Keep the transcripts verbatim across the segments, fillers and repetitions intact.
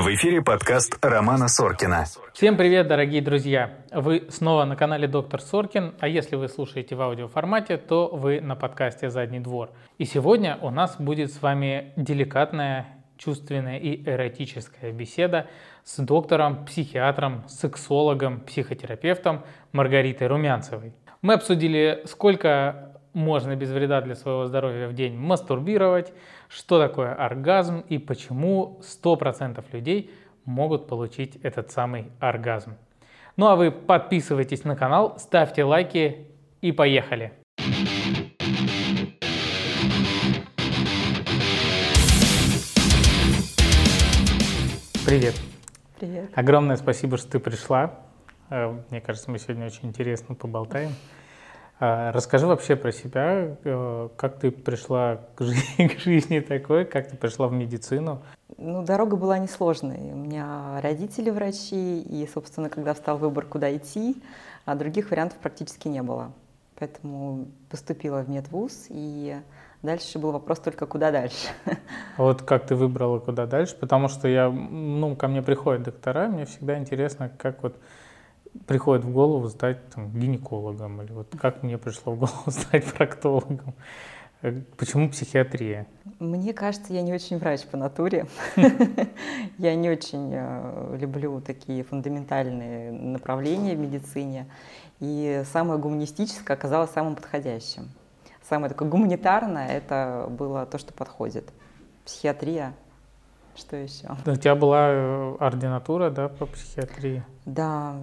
В эфире подкаст Романа Соркина. Всем привет, дорогие друзья! Вы снова на канале Доктор Соркин, а если вы слушаете в аудиоформате, то вы на подкасте «Задний двор». И сегодня у нас будет с вами деликатная, чувственная и эротическая беседа с доктором, психиатром, сексологом, психотерапевтом Маргаритой Румянцевой. Мы обсудили, сколько можно без вреда для своего здоровья в день мастурбировать, что такое оргазм и почему сто процентов людей могут получить этот самый оргазм. Ну а вы подписывайтесь на канал, ставьте лайки и поехали! Привет! Привет! Огромное спасибо, что ты пришла. Мне кажется, мы сегодня очень интересно поболтаем. Расскажи вообще про себя, как ты пришла к жизни, к жизни такой, как ты пришла в медицину? Ну, дорога была несложной. У меня родители врачи, и, собственно, когда встал выбор, куда идти, а других вариантов практически не было. Поэтому поступила в медвуз, и дальше был вопрос только, куда дальше. А вот как ты выбрала, куда дальше? Потому что я, ну, ко мне приходят доктора, мне всегда интересно, как вот приходит в голову стать там, гинекологом, или вот как мне пришло в голову стать проктологом. Почему психиатрия? Мне кажется, я не очень врач по натуре. Я не очень люблю такие фундаментальные направления в медицине. И самое гуманистическое оказалось самым подходящим. Самое такое гуманитарное — это было то, что подходит. Психиатрия. Что еще? У тебя была ординатура, да, по психиатрии? Да,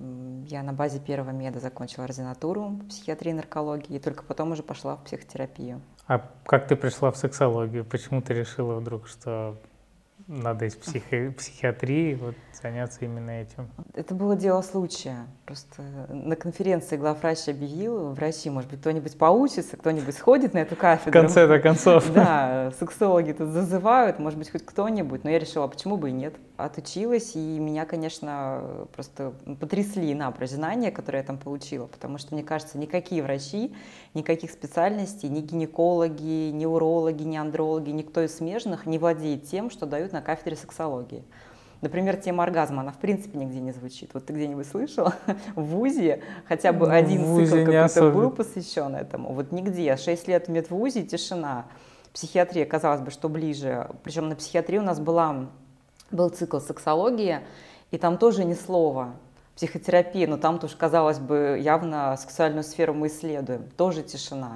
я на базе первого меда закончила ординатуру по психиатрии и наркологии, и только потом уже пошла в психотерапию. А как ты пришла в сексологию? Почему ты решила вдруг, что надо из психи... психиатрии вот, заняться именно этим? Это было дело случая. Просто на конференции главврач объявил: врачи, может быть, кто-нибудь поучится, кто-нибудь сходит на эту кафедру. В конце-то концов. Да, сексологи тут зазывают, может быть, хоть кто-нибудь. Но я решила, почему бы и нет. Отучилась, и меня, конечно, просто потрясли напрочь знания, которые я там получила. Потому что, мне кажется, никакие врачи, никаких специальностей, ни гинекологи, ни урологи, ни андрологи, никто из смежных не владеет тем, что дают на кафедре сексологии. Например, тема оргазма, она в принципе нигде не звучит. Вот ты где-нибудь слышал? В ВУЗе хотя бы ну, один цикл какой-то был посвящен этому. Вот нигде. Шесть лет в медвузе, тишина. Психиатрия, казалось бы, что ближе. Причем на психиатрии у нас была, был цикл сексологии, и там тоже ни слова. Психотерапия, но там тоже, казалось бы, явно сексуальную сферу мы исследуем. Тоже тишина.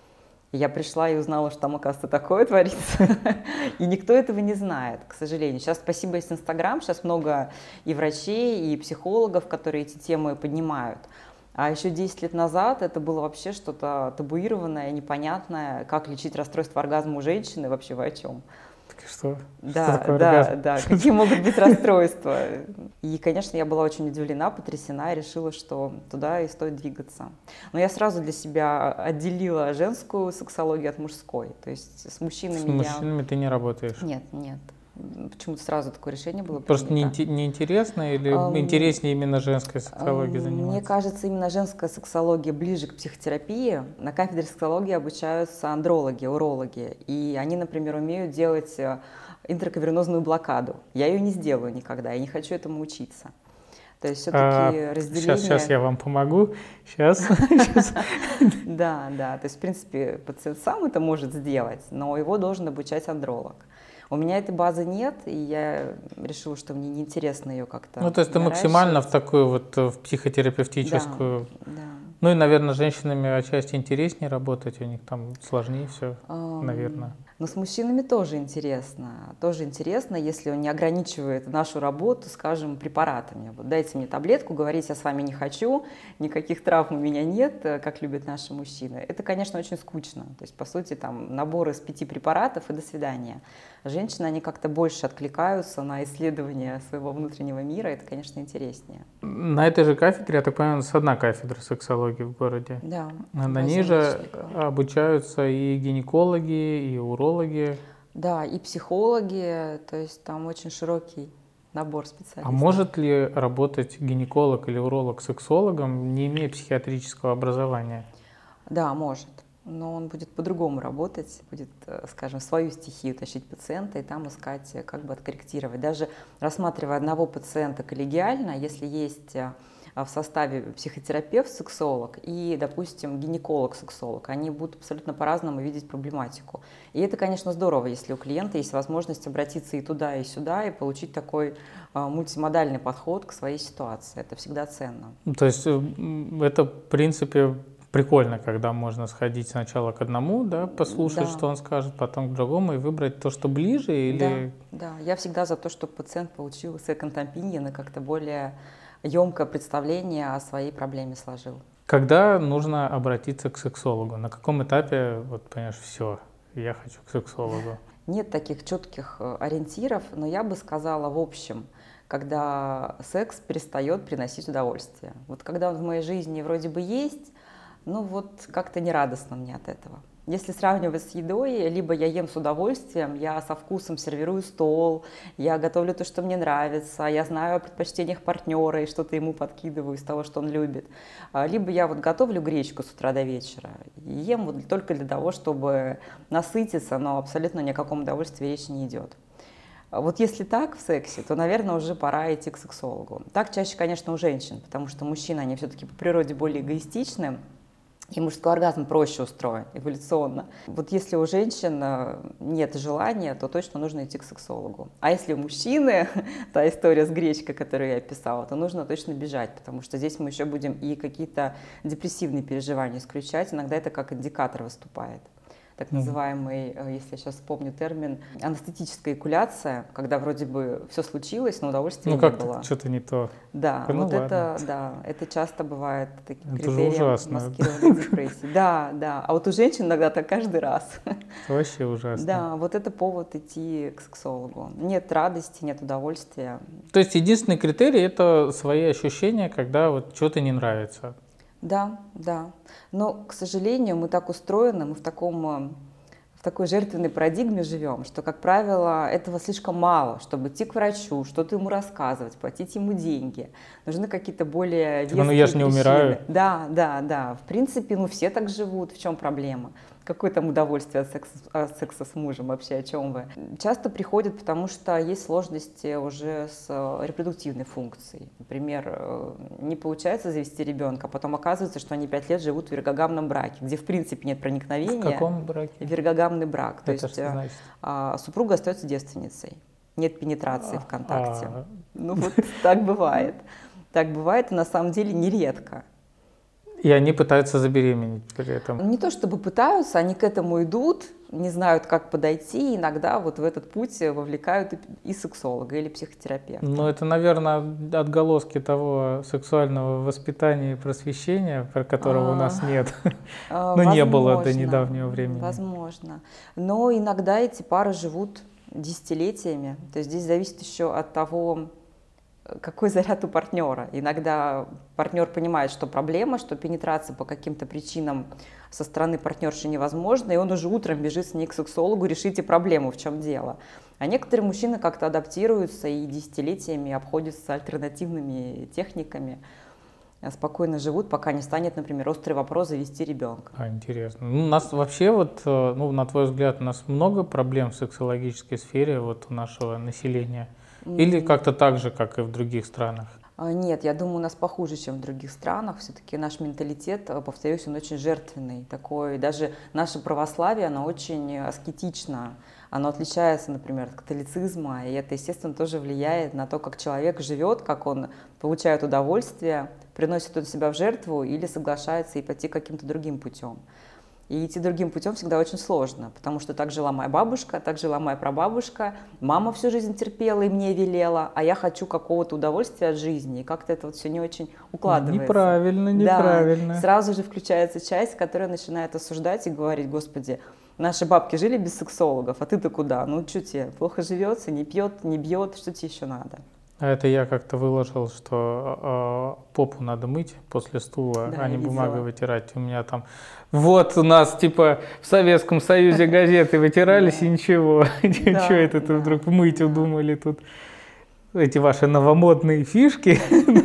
Я пришла и узнала, что там, оказывается, такое творится. И никто этого не знает, к сожалению. Сейчас, спасибо, есть Инстаграм, сейчас много и врачей, и психологов, которые эти темы поднимают. А еще десять лет назад это было вообще что-то табуированное, непонятное, как лечить расстройство оргазма у женщины, вообще вы о чем? Что? Да, что такое да, оргазм? да, какие могут быть расстройства. И, конечно, я была очень удивлена, потрясена и решила, что туда и стоит двигаться. Но я сразу для себя отделила женскую сексологию от мужской. То есть с мужчинами С я... мужчинами ты не работаешь? Нет, нет. Почему-то сразу такое решение было Просто принято. неинтересно или um, интереснее именно женская сексология um, заниматься? Мне кажется, именно женская сексология ближе к психотерапии. На кафедре сексологии обучаются андрологи, урологи. И они, например, умеют делать интракавернозную блокаду. Я ее не сделаю никогда, я не хочу этому учиться. То есть все-таки а, разделение... Сейчас, сейчас я вам помогу. Сейчас. Да, да. То есть, в принципе, пациент сам это может сделать, но его должен обучать андролог. У меня этой базы нет, и я решила, что мне неинтересно ее как-то Ну, то есть ты максимально в такую вот в психотерапевтическую... Да, да. Ну и, наверное, с женщинами отчасти интереснее работать, у них там сложнее все, um, наверное. Но с мужчинами тоже интересно. Тоже интересно, если он не ограничивает нашу работу, скажем, препаратами. Вот дайте мне таблетку, говорить я с вами не хочу, никаких травм у меня нет, как любят наши мужчины. Это, конечно, очень скучно. То есть, по сути, там набор из пяти препаратов и до свидания. Женщины, они как-то больше откликаются на исследование своего внутреннего мира, это, конечно, интереснее. На этой же кафедре, я так понимаю, у нас одна кафедра сексологии в городе. Да. На ней же обучаются и гинекологи, и урологи. Да, и психологи, то есть там очень широкий набор специалистов. А может ли работать гинеколог или уролог сексологом, не имея психиатрического образования? Да, может. но он будет по-другому работать, будет, скажем, свою стихию тащить пациента и там искать, как бы откорректировать. Даже рассматривая одного пациента коллегиально, если есть в составе психотерапевт-сексолог и, допустим, гинеколог-сексолог, они будут абсолютно по-разному видеть проблематику. И это, конечно, здорово, если у клиента есть возможность обратиться и туда, и сюда, и получить такой мультимодальный подход к своей ситуации. Это всегда ценно. То есть это, в принципе, прикольно, когда можно сходить сначала к одному, да, послушать, да. что он скажет, потом к другому и выбрать то, что ближе, или... Да, да. Я всегда за то, чтобы пациент получил second opinion и как-то более емкое представление о своей проблеме сложил. Когда нужно обратиться к сексологу? На каком этапе, вот, понимаешь, все, я хочу к сексологу? Нет таких четких ориентиров, но я бы сказала в общем, когда секс перестает приносить удовольствие. Вот когда он в моей жизни вроде бы есть, ну вот как-то не радостно мне от этого. Если сравнивать с едой, либо я ем с удовольствием, я со вкусом сервирую стол, я готовлю то, что мне нравится, я знаю о предпочтениях партнера и что-то ему подкидываю из того, что он любит. Либо я вот готовлю гречку с утра до вечера и ем вот только для того, чтобы насытиться, но абсолютно ни о каком удовольствии речи не идет. Вот если так в сексе, то, наверное, уже пора идти к сексологу. Так чаще, конечно, у женщин, потому что мужчины, они все-таки по природе более эгоистичны, и мужской оргазм проще устроен, эволюционно. Вот если у женщин нет желания, то точно нужно идти к сексологу. А если у мужчины, та история с гречкой, которую я описала, то нужно точно бежать, потому что здесь мы еще будем и какие-то депрессивные переживания исключать. Иногда это как индикатор выступает. Так называемый, если я сейчас вспомню термин, анестетическая экуляция, когда вроде бы все случилось, но удовольствия ну, не как-то было. Что-то не то. Да, ну, вот ладно. это, да, это часто бывает таким это критерием маскированной депрессии. Да, да. А вот у женщин иногда так каждый раз. Это вообще ужасно. Да, вот это повод идти к сексологу. Нет радости, нет удовольствия. То есть единственный критерий — это свои ощущения, когда вот что-то не нравится. Да, да. Но, к сожалению, мы так устроены, мы в таком, в такой жертвенной парадигме живем, что, как правило, этого слишком мало, чтобы идти к врачу, что-то ему рассказывать, платить ему деньги. Нужны какие-то более веские ну я же не причины. умираю. Да, да, да. В принципе, ну все так живут. В чем проблема? Какое там удовольствие от секса, от секса с мужем вообще, о чем вы? Часто приходят, потому что есть сложности уже с репродуктивной функцией. Например, не получается завести ребенка, а потом оказывается, что они пять лет живут в вергогамном браке, где в принципе нет проникновения. В каком браке? Вергогамный брак. То Это есть что значит? А, супруга остается девственницей. Нет пенетрации а, ВКонтакте. А... Ну вот так бывает. Так бывает и на самом деле нередко. И они пытаются забеременеть при этом. Не то чтобы пытаются, они к этому идут, не знают, как подойти, и иногда вот в этот путь вовлекают и сексолога, или психотерапевта. Ну, это, наверное, отголоски того сексуального воспитания и просвещения, про которого а, у нас нет. А, ну, не было до недавнего времени. Возможно. Но иногда эти пары живут десятилетиями. То есть здесь зависит еще от того, какой заряд у партнера. Иногда партнер понимает, что проблема, что пенетрация по каким-то причинам со стороны партнерши невозможна, и он уже утром бежит с ней к сексологу, решите проблему, в чем дело. А некоторые мужчины как-то адаптируются и десятилетиями обходятся альтернативными техниками, спокойно живут, пока не станет, например, острый вопрос завести ребенка. А, интересно. Ну, у нас вообще, вот, ну, на твой взгляд, у нас много проблем в сексологической сфере вот, у нашего населения? Или как-то так же, как и в других странах? Нет, я думаю, у нас похуже, чем в других странах. Все-таки наш менталитет, повторюсь, он очень жертвенный. Такой, даже наше православие, оно очень аскетично. Оно отличается, например, от католицизма, и это, естественно, тоже влияет на то, как человек живет, как он получает удовольствие, приносит он себя в жертву или соглашается и пойти каким-то другим путем. И идти другим путем всегда очень сложно, потому что так жила моя бабушка, так жила моя прабабушка, мама всю жизнь терпела и мне велела, а я хочу какого-то удовольствия от жизни, и как-то это вот все не очень укладывается. Неправильно, неправильно. Да, сразу же включается часть, которая начинает осуждать и говорить: господи, наши бабки жили без сексологов, а ты-то куда? Ну что тебе, плохо живется, не пьет, не бьет, что тебе еще надо? А это я как-то выложил, что э, попу надо мыть после стула, да, а не видела. бумагой вытирать. У меня там, вот у нас типа в Советском Союзе газеты вытирались и ничего. Что это ты вдруг мыть удумали тут? эти ваши новомодные фишки,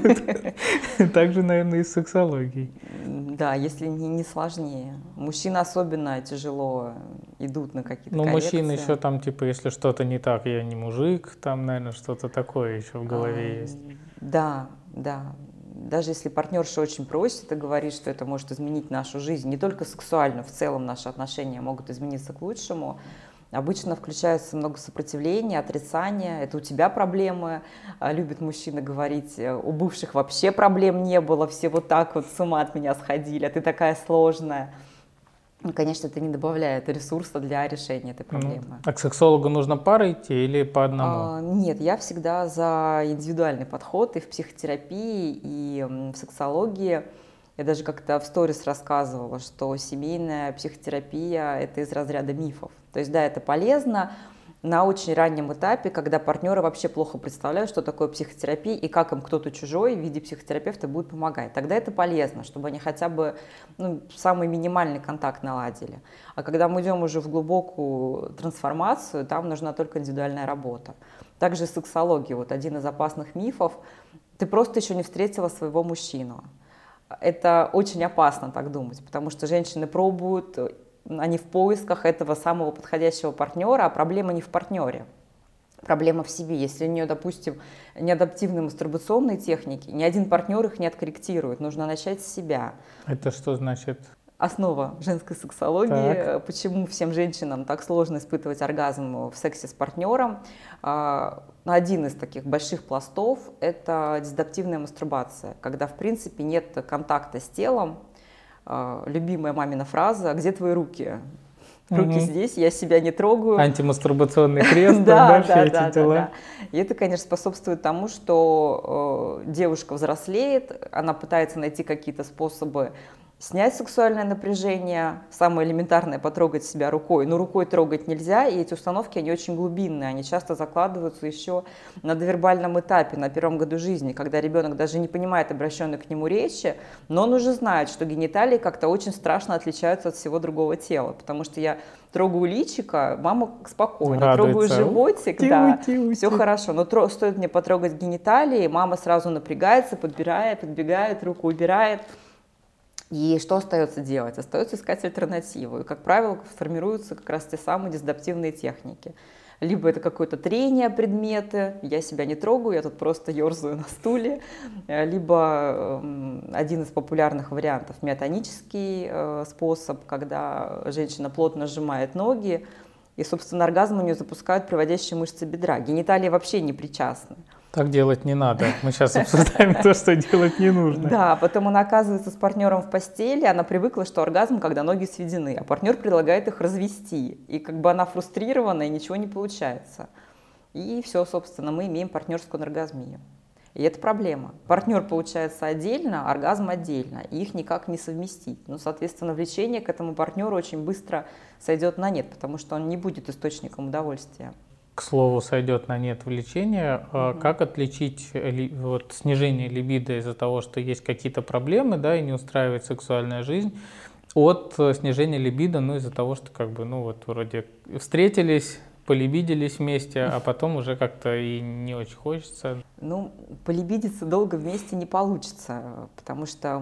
также, наверное, и с сексологией. Да, если не, не сложнее. Мужчины особенно тяжело идут на какие-то Ну, коррекции. мужчины еще там, типа, если что-то не так, я не мужик, там, наверное, что-то такое еще в голове А, есть. Да, да. Даже если партнерша очень просит и говорит, что это может изменить нашу жизнь, не только сексуально, в целом наши отношения могут измениться к лучшему, обычно включается много сопротивления, отрицания. Это у тебя проблемы. Любят мужчины говорить, у бывших вообще проблем не было, все вот так вот с ума от меня сходили, а ты такая сложная. Ну, конечно, это не добавляет ресурса для решения этой проблемы. Ну, а к сексологу нужно парой идти или по одному? А, нет, я всегда за индивидуальный подход и в психотерапии, и в сексологии. Я даже как-то в сторис рассказывала, что семейная психотерапия – это из разряда мифов. То есть, да, это полезно на очень раннем этапе, когда партнеры вообще плохо представляют, что такое психотерапия и как им кто-то чужой в виде психотерапевта будет помогать. Тогда это полезно, чтобы они хотя бы ну, самый минимальный контакт наладили. А когда мы идем уже в глубокую трансформацию, там нужна только индивидуальная работа. Также сексология, вот один из опасных мифов – ты просто еще не встретила своего мужчину. Это очень опасно так думать, потому что женщины пробуют, они в поисках этого самого подходящего партнера, а проблема не в партнере. Проблема в себе. Если у нее, допустим, неадаптивные мастурбационные техники, ни один партнер их не откорректирует. Нужно начать с себя. Это что значит? Основа женской сексологии. Так. Почему всем женщинам так сложно испытывать оргазм в сексе с партнером? Один из таких больших пластов – это дезадаптивная мастурбация, когда, в принципе, нет контакта с телом. Любимая мамина фраза: «Где твои руки?» Руки угу. здесь, я себя не трогаю. Антимастурбационный крест, да, да, да, эти да, дела. Да. И это, конечно, способствует тому, что э, девушка взрослеет, она пытается найти какие-то способы снять сексуальное напряжение, самое элементарное — потрогать себя рукой. Но рукой трогать нельзя, и эти установки, они очень глубинные, они часто закладываются еще на довербальном этапе, на первом году жизни, когда ребенок даже не понимает обращенной к нему речи, но он уже знает, что гениталии как-то очень страшно отличаются от всего другого тела, потому что я трогаю личико, мама спокойно, радуется. Трогаю животик, тиу, да, тиу, все тиу. Хорошо, но тро- стоит мне потрогать гениталии, мама сразу напрягается, подбирает, подбегает, руку убирает. И что остается делать? Остается искать альтернативу. И, как правило, формируются как раз те самые дезадаптивные техники. Либо это какое-то трение предметы, я себя не трогаю, я тут просто ерзаю на стуле. Либо э, один из популярных вариантов – миотонический э, способ, когда женщина плотно сжимает ноги, и, собственно, оргазм у нее запускают приводящие мышцы бедра. Гениталии вообще не причастны. Так делать не надо. Мы сейчас обсуждаем то, что делать не нужно. Да, потом она оказывается с партнером в постели, она привыкла, что оргазм, когда ноги сведены, а партнер предлагает их развести. И как бы она фрустрирована, и ничего не получается. И все, собственно, мы имеем партнерскую аноргазмию. И это проблема. Партнер получается отдельно, оргазм отдельно, и их никак не совместить. Ну, соответственно, влечение к этому партнеру очень быстро сойдет на нет, потому что он не будет источником удовольствия. К слову, сойдет на нет влечения. Угу. Как отличить вот, снижение либидо из-за того, что есть какие-то проблемы, да, и не устраивает сексуальная жизнь, от снижения либидо, ну, из-за того, что как бы, ну, вот вроде встретились, полибидились вместе, а потом уже как-то и не очень хочется. Ну, полибидиться долго вместе не получится, потому что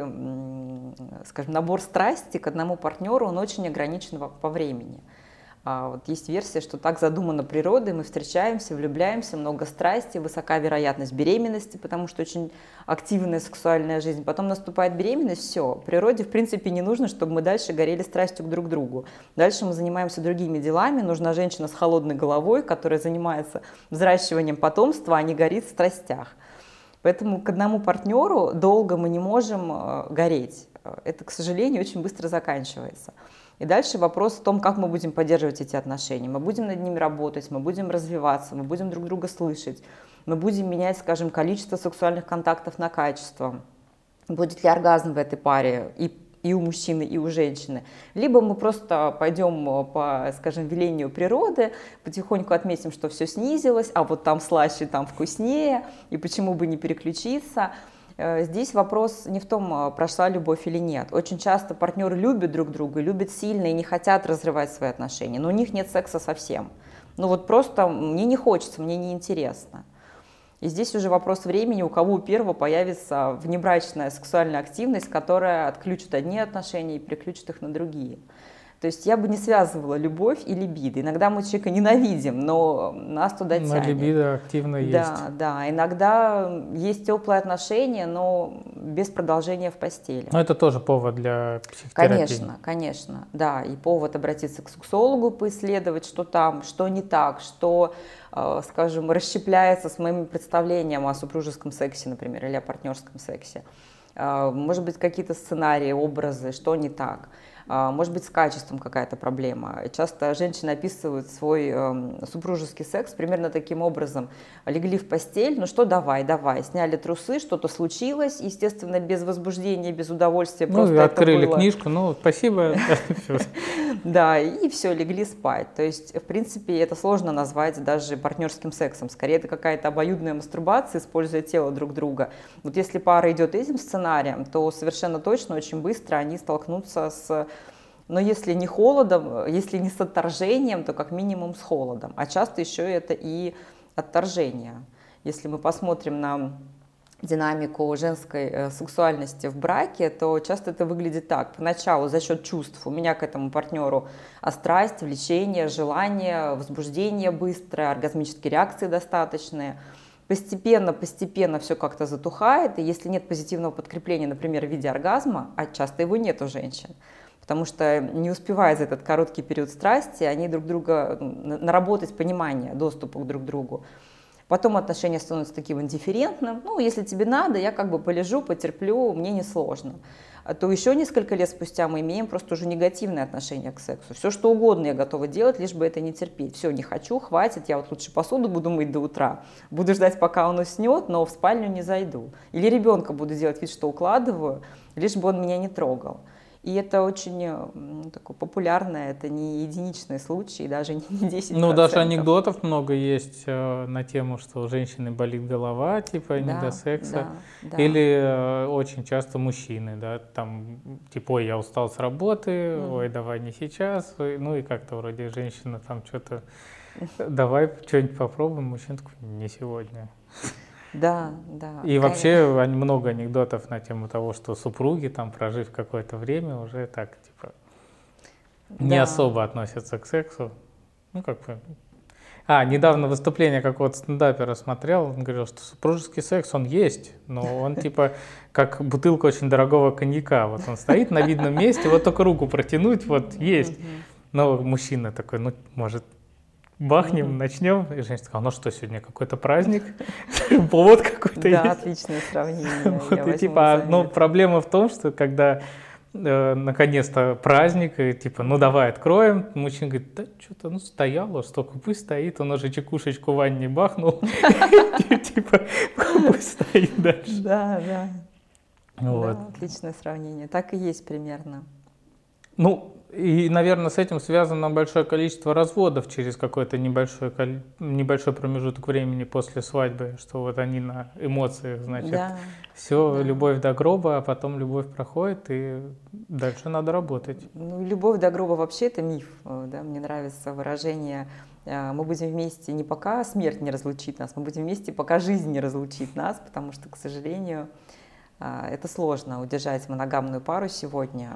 мы, скажем, набор страсти к одному партнеру, он очень ограничен по времени. Вот есть версия, что так задумано природой, мы встречаемся, влюбляемся, много страсти, высока вероятность беременности, потому что очень активная сексуальная жизнь. Потом наступает беременность, все, природе в принципе не нужно, чтобы мы дальше горели страстью к друг другу. Дальше мы занимаемся другими делами, нужна женщина с холодной головой, которая занимается взращиванием потомства, а не горит в страстях. Поэтому к одному партнеру долго мы не можем гореть. Это, к сожалению, очень быстро заканчивается. И дальше вопрос в том, как мы будем поддерживать эти отношения. Мы будем над ними работать, мы будем развиваться, мы будем друг друга слышать, мы будем менять, скажем, количество сексуальных контактов на качество. Будет ли оргазм в этой паре и, и у мужчины, и у женщины. Либо мы просто пойдем по, скажем, велению природы, потихоньку отметим, что все снизилось, а вот там слаще, там вкуснее, и почему бы не переключиться. Здесь вопрос не в том, прошла любовь или нет. Очень часто партнеры любят друг друга, любят сильно и не хотят разрывать свои отношения, но у них нет секса совсем. Ну вот просто мне не хочется, мне не интересно. И здесь уже вопрос времени, у кого у первого появится внебрачная сексуальная активность, которая отключит одни отношения и переключит их на другие. То есть я бы не связывала любовь и либидо. Иногда мы человека ненавидим, но нас туда тянет. Но либидо активно есть. Да, да. Иногда есть теплые отношения, но без продолжения в постели. Но это тоже повод для психотерапии. Конечно, конечно, да. И повод обратиться к сексологу, поисследовать, что там, что не так, что, скажем, расщепляется с моим представлением о супружеском сексе, например, или о партнерском сексе. Может быть, какие-то сценарии, образы, что не так. Может быть, с качеством какая-то проблема. Часто женщины описывают свой э, супружеский секс примерно таким образом. Легли в постель, ну что, давай, давай. Сняли трусы, что-то случилось, естественно, без возбуждения, без удовольствия. Ну, просто открыли это было... книжку, ну, спасибо. Да, и все, легли спать. То есть, в принципе, это сложно назвать даже партнерским сексом. Скорее, это какая-то обоюдная мастурбация, используя тело друг друга. Вот если пара идет этим сценарием, то совершенно точно, очень быстро они столкнутся с... Но если не холодом, если не с отторжением, то как минимум с холодом. А часто еще это и отторжение. Если мы посмотрим на динамику женской сексуальности в браке, то часто это выглядит так. Поначалу за счет чувств у меня к этому партнеру а страсть, влечение, желание, возбуждение быстрое, оргазмические реакции достаточные. Постепенно, постепенно все как-то затухает, и если нет позитивного подкрепления, например, в виде оргазма, а часто его нет у женщин, потому что не успевая за этот короткий период страсти, они друг друга, наработать понимание, доступа друг к другу. Потом отношения становятся таким индифферентным. Ну, если тебе надо, я как бы полежу, потерплю, мне несложно. А то еще несколько лет спустя мы имеем просто уже негативное отношение к сексу. Все, что угодно я готова делать, лишь бы это не терпеть. Все, не хочу, хватит, я вот лучше посуду буду мыть до утра. Буду ждать, пока он уснет, но в спальню не зайду. Или ребенка буду делать вид, что укладываю, лишь бы он меня не трогал. И это очень ну, такое популярное, это не единичный случай, даже не десять процентов. Ну, даже анекдотов много есть э, на тему, что у женщины болит голова, типа, да, не до секса. Да, да. Или э, очень часто мужчины, да, там, типа, ой, я устал с работы, mm. ой, давай не сейчас. Ну, и как-то вроде женщина там что-то, давай что-нибудь попробуем, мужчина такой, не сегодня. Да, да. И конечно. Вообще много анекдотов на тему того, что супруги, там, прожив какое-то время, уже так, типа, не да. особо относятся к сексу. Ну, как бы... А, недавно выступление какого-то стендапера смотрел, он говорил, что супружеский секс, он есть, но он, типа, как бутылка очень дорогого коньяка. Вот он стоит на видном месте, вот только руку протянуть, вот, есть. Но мужчина такой, ну, может... Бахнем, mm-hmm. начнем. И женщина сказала, ну что, сегодня какой-то праздник? Повод какой-то есть. Да, отличное сравнение. Вот, и типа, но проблема в том, что когда э, наконец-то праздник, и типа, ну давай откроем, мужчина говорит, да что-то, ну стояло, столько пусть стоит, он уже чекушечку в ванне бахнул, типа, пусть стоит дальше. Да, да. Отличное сравнение. Так и есть примерно. Ну, и, наверное, с этим связано большое количество разводов через какой-то небольшой, небольшой промежуток времени после свадьбы, что вот они на эмоциях, значит, да, все, да. любовь до гроба, а потом любовь проходит, и дальше надо работать. Ну, любовь до гроба вообще это миф, да, мне нравится выражение «мы будем вместе не пока смерть не разлучит нас, мы будем вместе, пока жизнь не разлучит нас», потому что, к сожалению, это сложно удержать моногамную пару сегодня.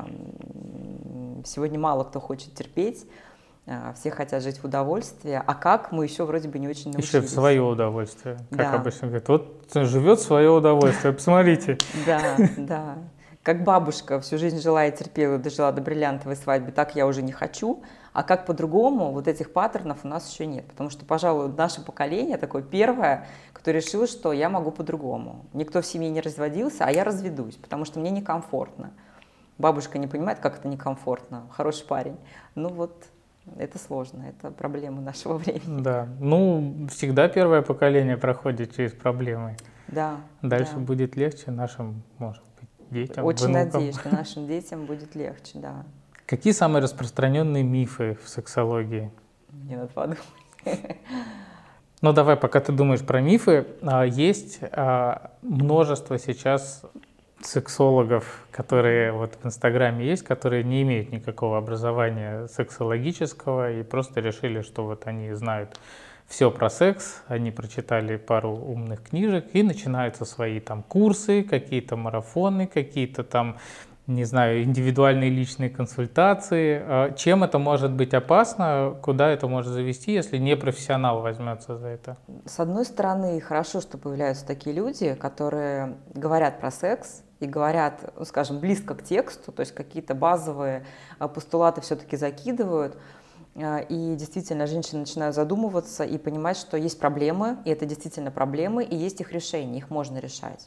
Сегодня мало кто хочет терпеть, все хотят жить в удовольствии, а как, мы еще вроде бы не очень научились. Еще в свое удовольствие, как да. обычно говорят, вот живет в свое удовольствие, посмотрите. Да, да. Как бабушка всю жизнь жила и терпела, дожила до бриллиантовой свадьбы, так я уже не хочу, а как по-другому, вот этих паттернов у нас еще нет, потому что, пожалуй, наше поколение такое первое, кто решил, что я могу по-другому. Никто в семье не разводился, а я разведусь, потому что мне некомфортно. Бабушка не понимает, как это некомфортно, хороший парень. Ну вот, это сложно, это проблема нашего времени. Да, ну, всегда первое поколение проходит через проблемы. Да. Дальше да. будет легче нашим, может быть, детям, Очень внукам. надеюсь, что нашим детям будет легче, да. Какие самые распространенные мифы в сексологии? Мне надо подумать. Ну, давай, пока ты думаешь про мифы, есть множество сейчас сексологов, которые вот в Инстаграме есть, которые не имеют никакого образования сексологического и просто решили, что вот они знают все про секс, они прочитали пару умных книжек и начинаются свои там курсы, какие-то марафоны, какие-то там, не знаю, индивидуальные личные консультации. Чем это может быть опасно, куда это может завести, если не профессионал возьмется за это? С одной стороны, хорошо, что появляются такие люди, которые говорят про секс и говорят, ну, скажем, близко к тексту, то есть какие-то базовые постулаты все-таки закидывают. И действительно женщины начинают задумываться и понимать, что есть проблемы, и это действительно проблемы, и есть их решения, их можно решать.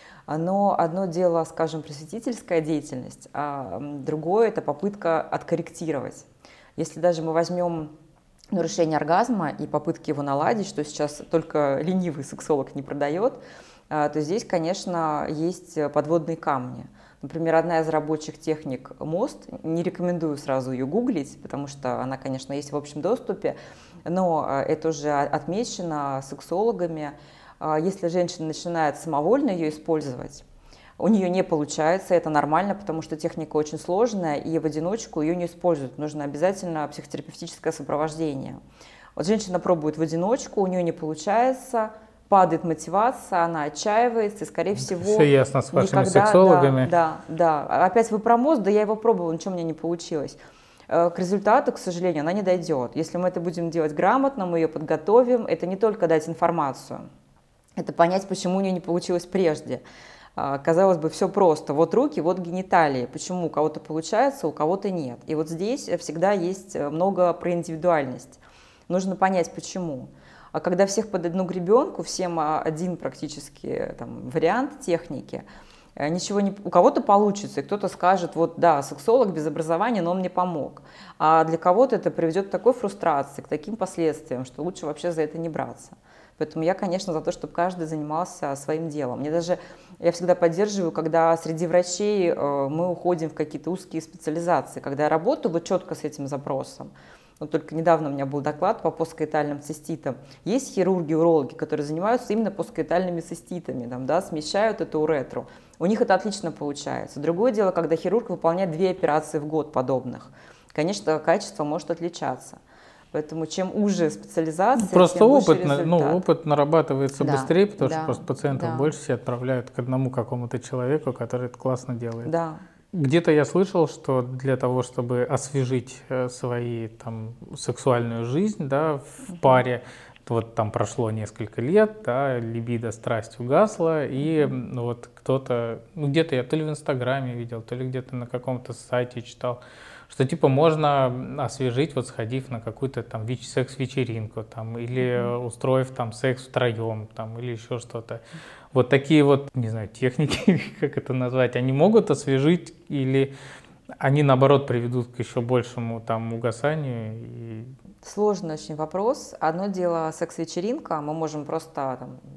Но одно дело, скажем, просветительская деятельность, а другое – это попытка откорректировать. Если даже мы возьмем нарушение оргазма и попытки его наладить, что сейчас только ленивый сексолог не продает, то здесь, конечно, есть подводные камни. Например, одна из рабочих техник МОСТ, не рекомендую сразу ее гуглить, потому что она, конечно, есть в общем доступе, но это уже отмечено сексологами. Если женщина начинает самовольно ее использовать, у нее не получается, это нормально, потому что техника очень сложная, и в одиночку ее не используют. Нужно обязательно психотерапевтическое сопровождение. Вот женщина пробует в одиночку, у нее не получается, падает мотивация, она отчаивается, и, скорее всего... Все ясно с вашими никогда, сексологами. Да, да, да. Опять вы про мост, да я его пробовала, ничего у меня не получилось. К результату, к сожалению, она не дойдет. Если мы это будем делать грамотно, мы ее подготовим, это не только дать информацию, это понять, почему у нее не получилось прежде. Казалось бы, все просто. Вот руки, вот гениталии. Почему у кого-то получается, у кого-то нет. И вот здесь всегда есть много про индивидуальность. Нужно понять, почему. А когда всех под одну гребенку, всем один практически там, вариант техники, ничего не... у кого-то получится, и кто-то скажет, вот да, сексолог без образования, но он мне помог. А для кого-то это приведет к такой фрустрации, к таким последствиям, что лучше вообще за это не браться. Поэтому я, конечно, за то, чтобы каждый занимался своим делом. Мне даже, я всегда поддерживаю, когда среди врачей мы уходим в какие-то узкие специализации, когда я работаю вот четко с этим запросом. Вот только недавно у меня был доклад по посткоитальным циститам. Есть хирурги, урологи, которые занимаются именно посткоитальными циститами, там, да, смещают эту уретру. У них это отлично получается. Другое дело, когда хирург выполняет две операции в год подобных. Конечно, качество может отличаться. Поэтому чем уже специализация, просто тем опыт, выше результат. Ну, опыт нарабатывается Да, быстрее, потому да, что просто пациентов да. больше все отправляют к одному какому-то человеку, который это классно делает. Да. Где-то я слышал, что для того, чтобы освежить свои там сексуальную жизнь, да, в uh-huh. паре, вот там прошло несколько лет, да, либидо, страсть угасла, и ну, вот кто-то, ну где-то я то ли в Инстаграме видел, то ли где-то на каком-то сайте читал, что типа можно освежить, вот сходив на какую-то там секс-вечеринку, там, или mm-hmm. устроив там секс втроем, там, или еще что-то. Вот такие вот, не знаю, техники, как это назвать, они могут освежить или они, наоборот, приведут к еще большему там угасанию? И... Сложный очень вопрос. Одно дело секс-вечеринка, мы можем просто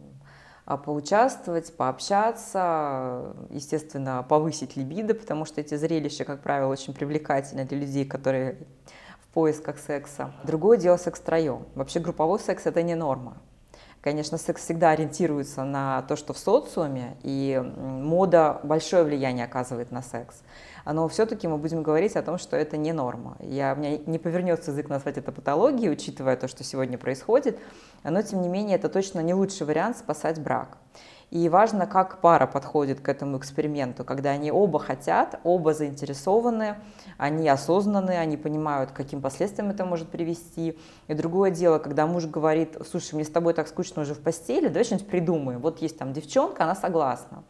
там, поучаствовать, пообщаться, естественно, повысить либидо, потому что эти зрелища, как правило, очень привлекательны для людей, которые в поисках секса. Другое дело секс втроем. Вообще групповой секс – это не норма. Конечно, секс всегда ориентируется на то, что в социуме, и мода большое влияние оказывает на секс. Но все-таки мы будем говорить о том, что это не норма. Я, у меня не повернется язык назвать это патологией, учитывая то, что сегодня происходит, но, тем не менее, это точно не лучший вариант спасать брак. И важно, как пара подходит к этому эксперименту, когда они оба хотят, оба заинтересованы, они осознаны, они понимают, к каким последствиям это может привести. И другое дело, когда муж говорит: слушай, мне с тобой так скучно уже в постели, давай что-нибудь придумаем. Вот есть там девчонка, она согласна.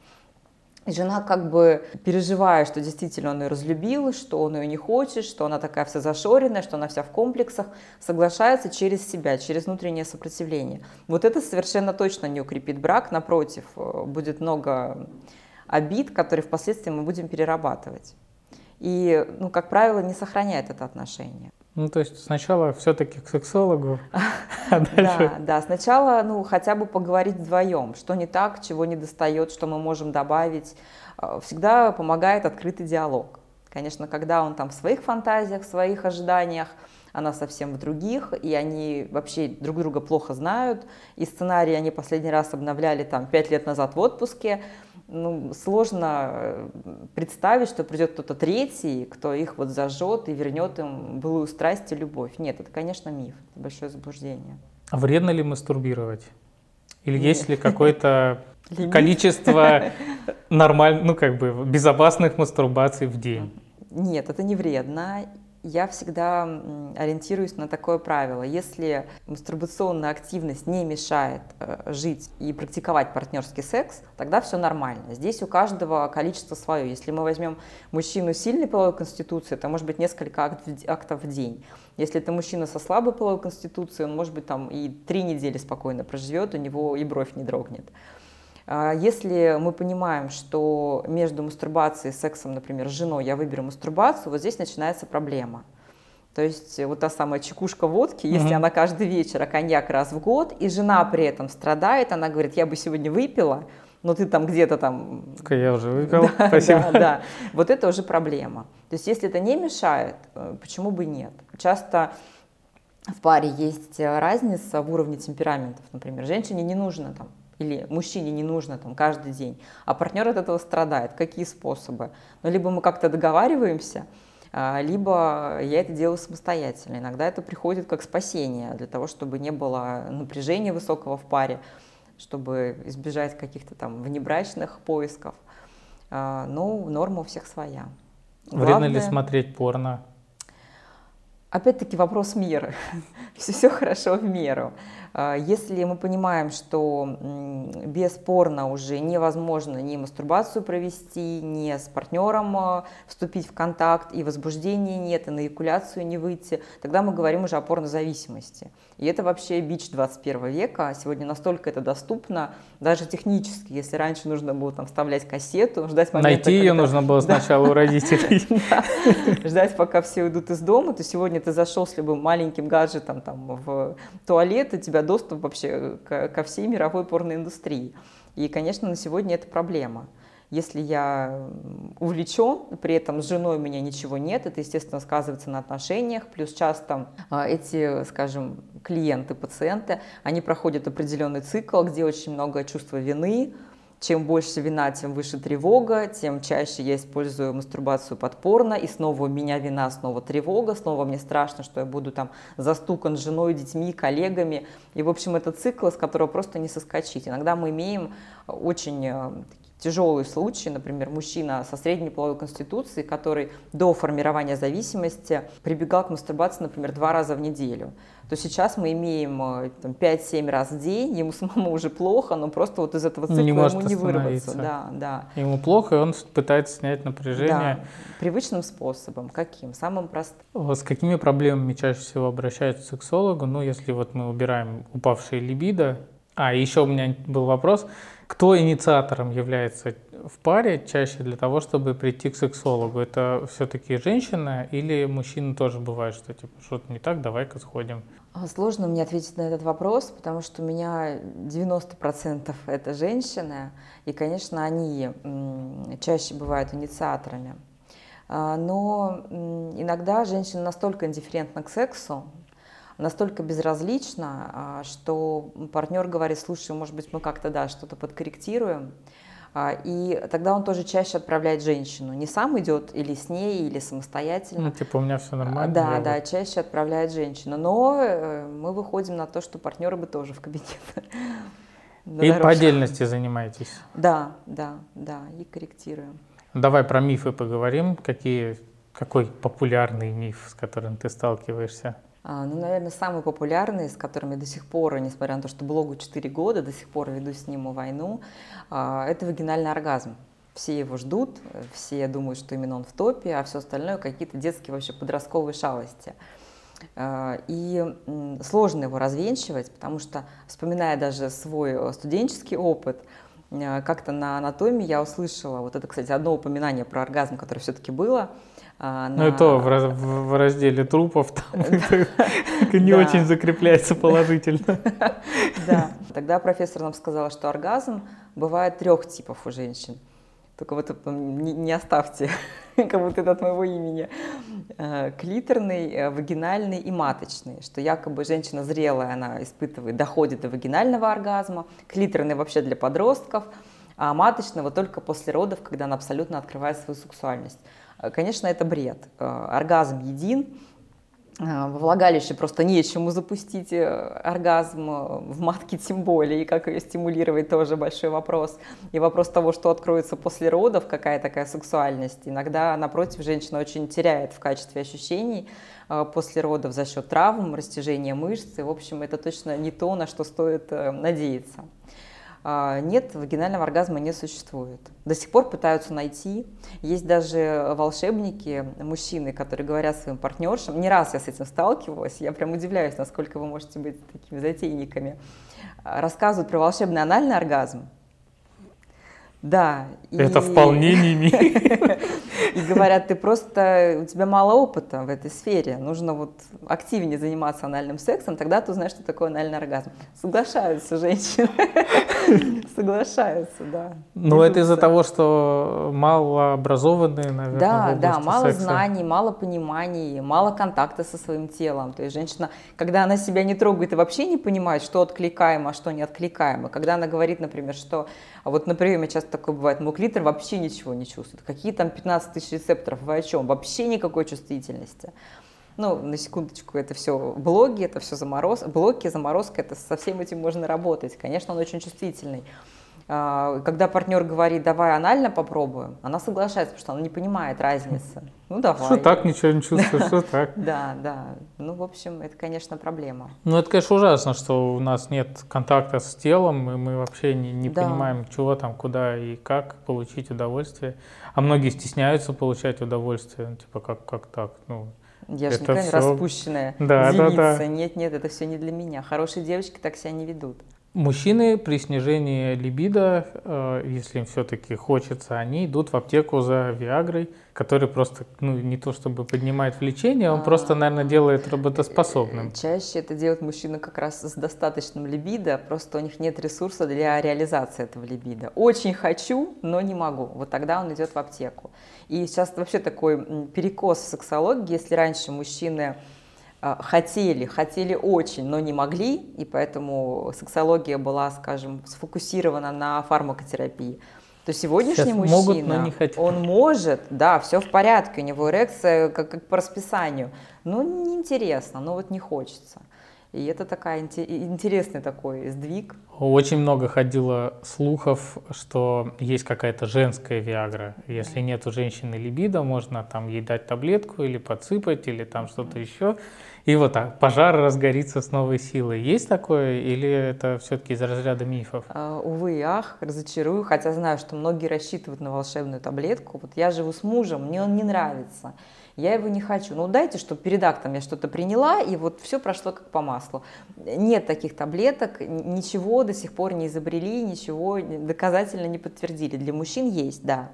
И жена как бы переживая, что действительно он ее разлюбил, что он ее не хочет, что она такая вся зашоренная, что она вся в комплексах, соглашается через себя, через внутреннее сопротивление. Вот это совершенно точно не укрепит брак, напротив, будет много обид, которые впоследствии мы будем перерабатывать. И, ну, как правило, не сохраняет это отношение. Ну, то есть сначала все-таки к сексологу, а дальше... Да, да, сначала, ну, хотя бы поговорить вдвоем, что не так, чего не достает, что мы можем добавить. Всегда помогает открытый диалог. Конечно, когда он там в своих фантазиях, в своих ожиданиях, она совсем в других, и они вообще друг друга плохо знают, и сценарий они последний раз обновляли там пять лет назад в отпуске, ну, сложно представить, что придет кто-то третий, кто их вот зажжет и вернет им былую страсть и любовь. Нет, это, конечно, миф, это большое заблуждение. А вредно ли мастурбировать? Или Нет. есть ли какое-то количество нормальных, ну как бы безопасных мастурбаций в день? Нет, это не вредно. Я всегда ориентируюсь на такое правило. Если мастурбационная активность не мешает э, жить и практиковать партнерский секс, тогда все нормально. Здесь у каждого количество свое. Если мы возьмем мужчину с сильной половой конституцией, это может быть несколько акт, актов в день. Если это мужчина со слабой половой конституцией, он может быть там и три недели спокойно проживет, у него и бровь не дрогнет. Если мы понимаем, что между мастурбацией и сексом, например, с женой я выберу мастурбацию, вот здесь начинается проблема. То есть вот та самая чекушка водки, если mm-hmm. она каждый вечер, а коньяк раз в год, и жена при этом страдает, она говорит, я бы сегодня выпила, но ты там где-то там... Я уже выпил, да, спасибо. Да, да, вот это уже проблема. То есть если это не мешает, почему бы нет? Часто в паре есть разница в уровне темпераментов, например, женщине не нужно там, или мужчине не нужно там каждый день, а партнер от этого страдает. Какие способы? Ну, либо мы как-то договариваемся, либо я это делаю самостоятельно. Иногда это приходит как спасение для того, чтобы не было напряжения высокого в паре, чтобы избежать каких-то там внебрачных поисков. Ну, норма у всех своя. Вредно Главное... ли смотреть порно? Опять-таки вопрос меры. все, все хорошо в меру. Если мы понимаем, что бесспорно уже невозможно ни мастурбацию провести, ни с партнером вступить в контакт, и возбуждения нет, и на эякуляцию не выйти, тогда мы говорим уже о порнозависимости. И это вообще бич двадцать первого века. Сегодня настолько это доступно, даже технически. Если раньше нужно было там вставлять кассету, ждать момента, найти ее когда... нужно было сначала у родителей. Ждать, пока все уйдут из дома, то сегодня ты зашел с любым маленьким гаджетом там в туалет, и тебя доступ вообще ко всей мировой порноиндустрии. И, конечно, на сегодня это проблема. Если я увлечен, при этом с женой у меня ничего нет, это, естественно, сказывается на отношениях. Плюс часто эти, скажем, клиенты, пациенты, они проходят определенный цикл, где очень много чувства вины. Чем больше вина, тем выше тревога, тем чаще я использую мастурбацию под порно, и снова у меня вина, снова тревога, снова мне страшно, что я буду там застукан женой, детьми, коллегами. И, в общем, это цикл, с которого просто не соскочить. Иногда мы имеем очень тяжелые случаи, например, мужчина со средней половой конституцией, который до формирования зависимости прибегал к мастурбации, например, два раза в неделю, то сейчас мы имеем пять-семь раз в день, ему самому уже плохо, но просто вот из этого цикла не ему не вырваться. Да, да. Ему плохо, и он пытается снять напряжение. Да, привычным способом. Каким? Самым простым. С какими проблемами чаще всего обращаются к сексологу? Ну, если вот мы убираем упавшие либидо. А, еще у меня был вопрос. Кто инициатором является в паре чаще для того, чтобы прийти к сексологу? Это все-таки женщина или мужчина тоже бывает, что типа что-то не так, давай-ка сходим? Сложно мне ответить на этот вопрос, потому что у меня девяносто процентов это женщины, и, конечно, они чаще бывают инициаторами. Но иногда женщина настолько индифферентна к сексу, настолько безразлично, что партнер говорит, слушай, может быть, мы как-то, да, что-то подкорректируем. И тогда он тоже чаще отправляет женщину. Не сам идет или с ней, или самостоятельно. Ну, типа, у меня все нормально. Да, да, вот... чаще отправляет женщину. Но мы выходим на то, что партнеры бы тоже в кабинет. И по отдельности занимаетесь? Да, да, да, и корректируем. Давай про мифы поговорим. Какие, какой популярный миф, с которым ты сталкиваешься? Ну, наверное, самый популярный, с которыми до сих пор, несмотря на то, что блогу четыре года, до сих пор веду с ним войну, это вагинальный оргазм. Все его ждут, все думают, что именно он в топе, а все остальное какие-то детские вообще подростковые шалости. И сложно его развенчивать, потому что, вспоминая даже свой студенческий опыт, как-то на анатомии я услышала, вот это, кстати, одно упоминание про оргазм, которое все-таки было. На... Ну и то в, раз, в разделе трупов там не очень закрепляется положительно. Да, тогда профессор нам сказала, что оргазм бывает трех типов у женщин. Только вот не оставьте, как будто это от моего имени. Клиторный, вагинальный и маточный. Что якобы женщина зрелая, она испытывает, доходит до вагинального оргазма. Клиторный вообще для подростков. а маточного только после родов, когда она абсолютно открывает свою сексуальность. Конечно, это бред. Оргазм един. Во влагалище просто нечему запустить оргазм, в матке тем более, и как ее стимулировать, тоже большой вопрос. И вопрос того, что откроется после родов, какая такая сексуальность. Иногда, напротив, женщина очень теряет в качестве ощущений после родов за счет травм, растяжения мышц. И, в общем, это точно не то, на что стоит надеяться. Нет, вагинального оргазма не существует. До сих пор пытаются найти. Есть даже волшебники, мужчины, которые говорят своим партнершам. Не раз я с этим сталкивалась. Я прям удивляюсь, насколько вы можете быть такими затейниками. Рассказывают про волшебный анальный оргазм. Да. Это и... вполне не миф. И говорят, ты просто, у тебя мало опыта в этой сфере, нужно вот активнее заниматься анальным сексом, тогда ты узнаешь, что такое анальный оргазм. Соглашаются женщины. Соглашаются, да. Ну, это из-за того, что малообразованные, наверное, Да, в да, области мало секса. знаний, мало пониманий, мало контакта со своим телом. То есть женщина, когда она себя не трогает и вообще не понимает, что откликаемо, а что не откликаемо, когда она говорит, например, что, вот на приеме часто такое бывает, мой клитор вообще ничего не чувствует. Какие там пятнадцать тысяч рецепторов, вы о чем? Вообще никакой чувствительности. Ну, на секундочку, это все блоги, это все замороз... блоки, заморозка, это со всем этим можно работать. Конечно, он очень чувствительный. Когда партнер говорит, давай анально попробуем, она соглашается, потому что она не понимает разницы. Ну, давай. Что так ничего не чувствуешь, что так? Да, да. Ну, в общем, это, конечно, проблема. Ну, это, конечно, ужасно, что у нас нет контакта с телом, и мы вообще не, не Да. понимаем, чего там, куда и как получить удовольствие. А многие стесняются получать удовольствие. Ну, типа, как, как так? Ну, Я же это никогда не всё- распущенная Да, да, девица. да. Нет, нет, это все не для меня. Хорошие девочки так себя не ведут. Мужчины при снижении либидо, э, если им все-таки хочется, они идут в аптеку за Виагрой, который просто, ну, не то чтобы поднимает влечение, он А. просто, наверное, делает работоспособным. Чаще это делают мужчины как раз с достаточным либидо, просто у них нет ресурса для реализации этого либидо. Очень хочу, но не могу. Вот тогда он идет в аптеку. И сейчас вообще такой м, перекос в сексологии, если раньше мужчины а, хотели, хотели очень, но не могли, и поэтому сексология была, скажем, сфокусирована на фармакотерапии, то сегодняшний Сейчас мужчина, могут, но не хотят. он может, да, все в порядке, у него эрекция как, как по расписанию, но неинтересно, но вот не хочется. И это такая интересный такой сдвиг. Очень много ходило слухов, что есть какая-то женская Виагра. Если нет у женщины либидо, можно там ей дать таблетку или подсыпать, или там что-то еще. И вот так, пожар разгорится с новой силой. Есть такое или это все-таки из разряда мифов? Uh, увы и ах, разочарую, хотя знаю, что многие рассчитывают на волшебную таблетку. Вот я живу с мужем, мне он не нравится. Я его не хочу. Ну, дайте, чтобы перед актом я что-то приняла, и вот все прошло как по маслу. Нет таких таблеток, ничего до сих пор не изобрели, ничего доказательно не подтвердили. Для мужчин есть, да.